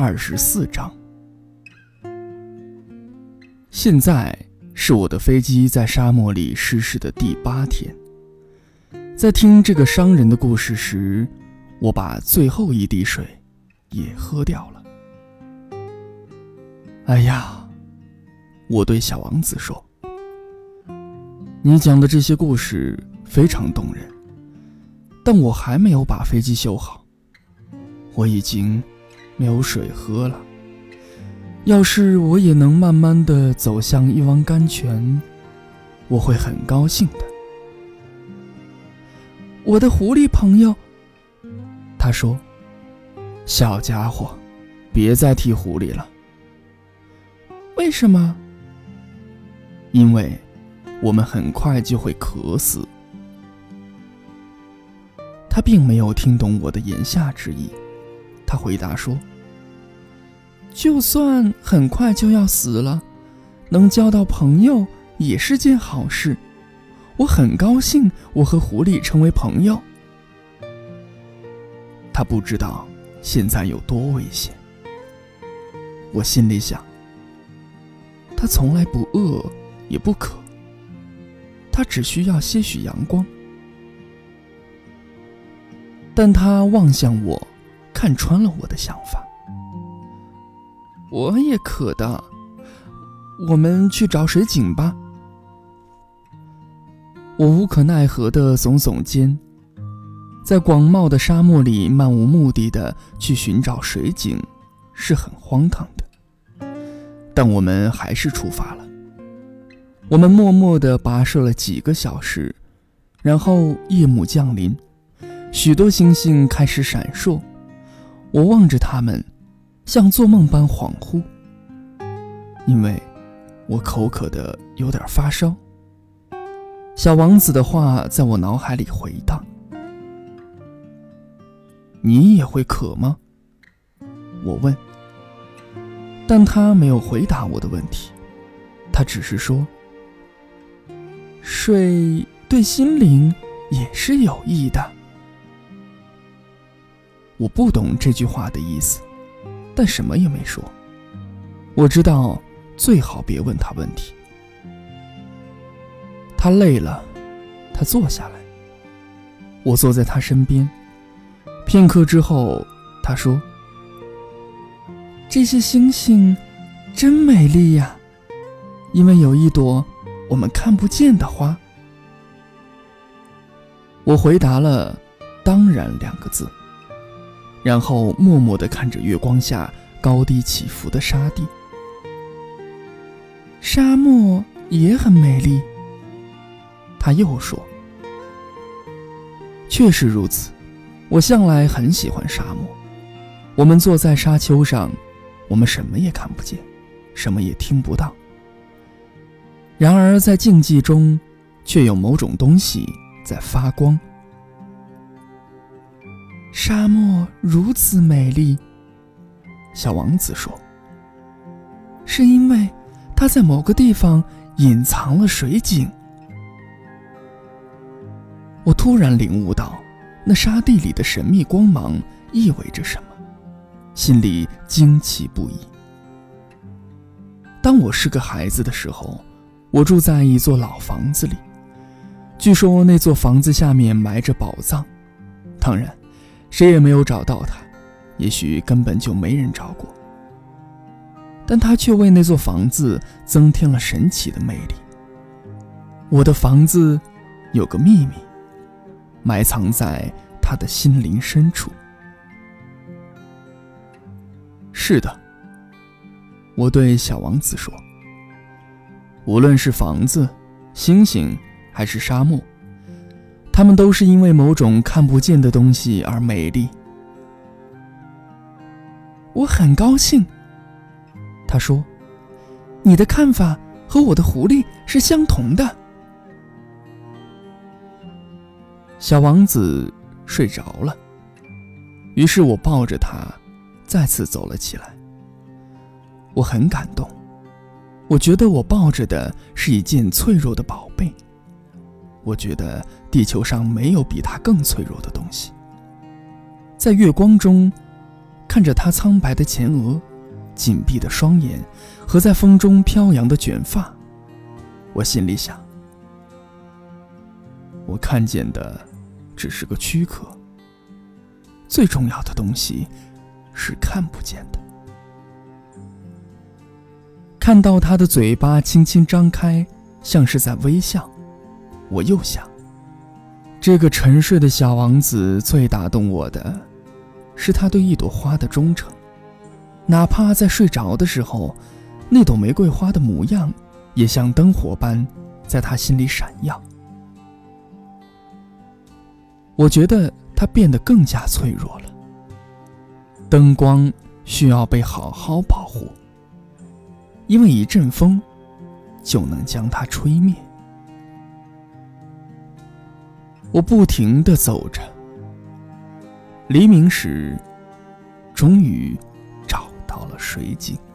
24章。现在是我的飞机在沙漠里失事的第8天。在听这个商人的故事时，我把最后一滴水也喝掉了。哎呀，我对小王子说，你讲的这些故事非常动人，但我还没有把飞机修好，我已经没有水喝了。要是我也能慢慢地走向一汪甘泉，我会很高兴的。我的狐狸朋友，他说，小家伙，别再提狐狸了。为什么？因为我们很快就会渴死。他并没有听懂我的言下之意，他回答说，就算很快就要死了，能交到朋友也是件好事。我很高兴我和狐狸成为朋友。他不知道现在有多危险。我心里想，他从来不饿也不渴，他只需要些许阳光。但他望向我，看穿了我的想法。我也渴的，我们去找水井吧。我无可奈何地耸耸肩，在广袤的沙漠里漫无目的地去寻找水井是很荒唐的，但我们还是出发了。我们默默地跋涉了几个小时，然后夜幕降临，许多星星开始闪烁。我望着它们，像做梦般恍惚，因为我口渴得有点发烧。小王子的话在我脑海里回荡。你也会渴吗？我问。但他没有回答我的问题，他只是说，水对心灵也是有益的。我不懂这句话的意思，但什么也没说。我知道最好别问他问题。他累了，他坐下来。我坐在他身边。片刻之后，他说，这些星星真美丽呀，因为有一朵我们看不见的花。我回答了当然2个字，然后默默地看着月光下高低起伏的沙地。沙漠也很美丽。他又说，确实如此，我向来很喜欢沙漠。我们坐在沙丘上，我们什么也看不见，什么也听不到。然而在静寂中，却有某种东西在发光。沙漠如此美丽，小王子说，是因为它在某个地方隐藏了水井。我突然领悟到那沙地里的神秘光芒意味着什么，心里惊奇不已。当我是个孩子的时候，我住在一座老房子里，据说那座房子下面埋着宝藏，当然谁也没有找到它，也许根本就没人找过，但它却为那座房子增添了神奇的魅力。我的房子有个秘密，埋藏在他的心灵深处。是的，我对小王子说，无论是房子、星星还是沙漠，它们都是因为某种看不见的东西而美丽。我很高兴，他说，你的看法和我的狐狸是相同的。小王子睡着了，于是我抱着他再次走了起来。我很感动，我觉得我抱着的是一件脆弱的宝贝，我觉得地球上没有比它更脆弱的东西。在月光中， 看着他苍白的前额、紧闭的双眼和在风中飘扬的卷发，我心里想，我看见的只是个躯壳，最重要的东西是看不见的。看到他的嘴巴轻轻张开，像是在微笑，我又想，这个沉睡的小王子最打动我的是他对一朵花的忠诚，哪怕在睡着的时候，那朵玫瑰花的模样也像灯火般在他心里闪耀。我觉得他变得更加脆弱了，灯光需要被好好保护，因为一阵风就能将它吹灭。我不停地走着，黎明时终于找到了水井。